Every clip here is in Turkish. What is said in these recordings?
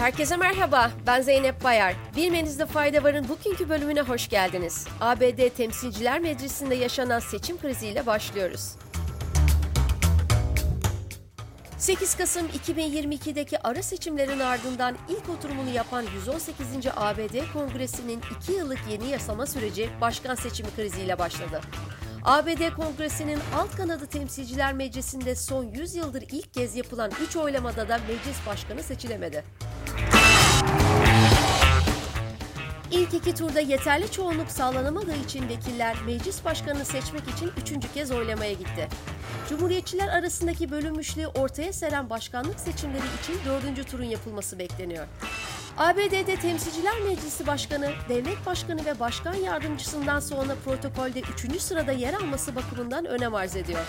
Herkese merhaba, ben Zeynep Bayar. Bilmenizde fayda varın bugünkü bölümüne hoş geldiniz. ABD Temsilciler Meclisi'nde yaşanan seçim kriziyle başlıyoruz. 8 Kasım 2022'deki ara seçimlerin ardından ilk oturumunu yapan 118. ABD Kongresi'nin 2 yıllık yeni yasama süreci başkan seçimi kriziyle başladı. ABD Kongresi'nin alt kanadı Temsilciler Meclisi'nde son 100 yıldır ilk kez yapılan 3 oylamada da meclis başkanı seçilemedi. İlk 2 turda yeterli çoğunluk sağlanamadığı için vekiller meclis başkanını seçmek için 3. kez oylamaya gitti. Cumhuriyetçiler arasındaki bölünmüşlüğü ortaya seren başkanlık seçimleri için 4. turun yapılması bekleniyor. ABD'de Temsilciler Meclisi Başkanı, Devlet Başkanı ve Başkan Yardımcısından sonra protokolde 3. sırada yer alması bakımından önem arz ediyor.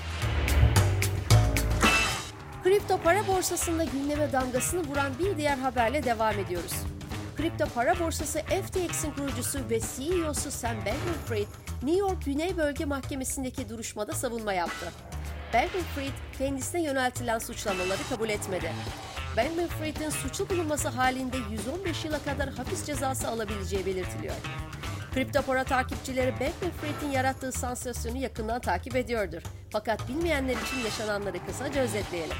Kripto para borsasında gündeme damgasını vuran bir diğer haberle devam ediyoruz. Kripto para borsası FTX'in kurucusu ve CEO'su Sam Bankman-Fried, New York Güney Bölge Mahkemesi'ndeki duruşmada savunma yaptı. Bankman-Fried kendisine yöneltilen suçlamaları kabul etmedi. Bankman-Fried'in suçlu bulunması halinde 115 yıla kadar hapis cezası alabileceği belirtiliyor. Kripto para takipçileri Bankman-Fried'in yarattığı sansasyonu yakından takip ediyordur. Fakat bilmeyenler için yaşananları kısaca özetleyelim.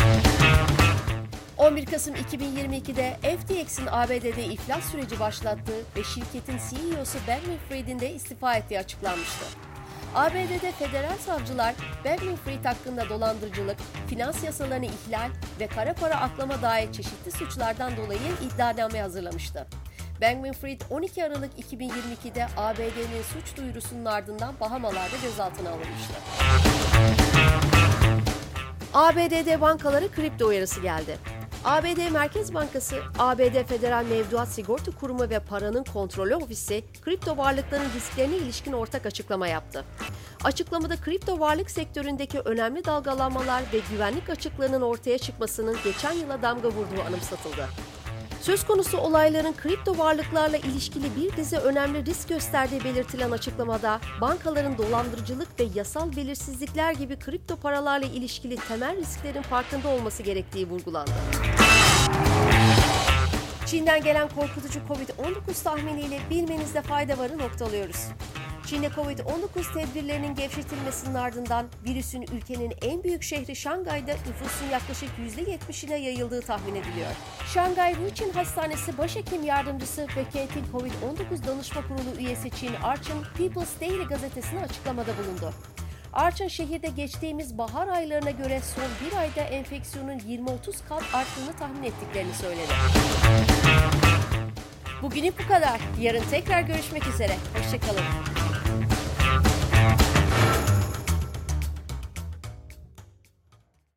11 Kasım 2022'de FTX'in ABD'de iflas süreci başlattığı ve şirketin CEO'su Bankman-Fried'in de istifa ettiği açıklanmıştı. ABD'de federal savcılar Bankman-Fried hakkında dolandırıcılık, finans yasalarını ihlal ve kara para aklama dair çeşitli suçlardan dolayı iddianame hazırlamıştı. Bankman-Fried 12 Aralık 2022'de ABD'nin suç duyurusunun ardından Bahamalar'da gözaltına alınmıştı. ABD'de bankalara kripto uyarısı geldi. ABD Merkez Bankası, ABD Federal Mevduat Sigorta Kurumu ve Paranın Kontrolü Ofisi, kripto varlıkların risklerine ilişkin ortak açıklama yaptı. Açıklamada kripto varlık sektöründeki önemli dalgalanmalar ve güvenlik açıklarının ortaya çıkmasının geçen yıla damga vurduğu anımsatıldı. Söz konusu olayların kripto varlıklarla ilişkili bir dizi önemli risk gösterdiği belirtilen açıklamada, bankaların dolandırıcılık ve yasal belirsizlikler gibi kripto paralarla ilişkili temel risklerin farkında olması gerektiği vurgulandı. Çin'den gelen korkutucu Covid-19 tahminiyle bilmenizde fayda varı noktalıyoruz. Çin'de Covid-19 tedbirlerinin gevşetilmesinin ardından virüsün ülkenin en büyük şehri Şangay'da nüfusun yaklaşık %70'ine yayıldığı tahmin ediliyor. Şangay Ruçin Hastanesi Başhekim Yardımcısı ve kentin Covid-19 Danışma Kurulu üyesi Chin Archen, People's Daily gazetesine açıklamada bulundu. Archen, şehirde geçtiğimiz bahar aylarına göre son bir ayda enfeksiyonun 20-30 kat arttığını tahmin ettiklerini söyledi. Bugünlük bu kadar. Yarın tekrar görüşmek üzere. Hoşça kalın.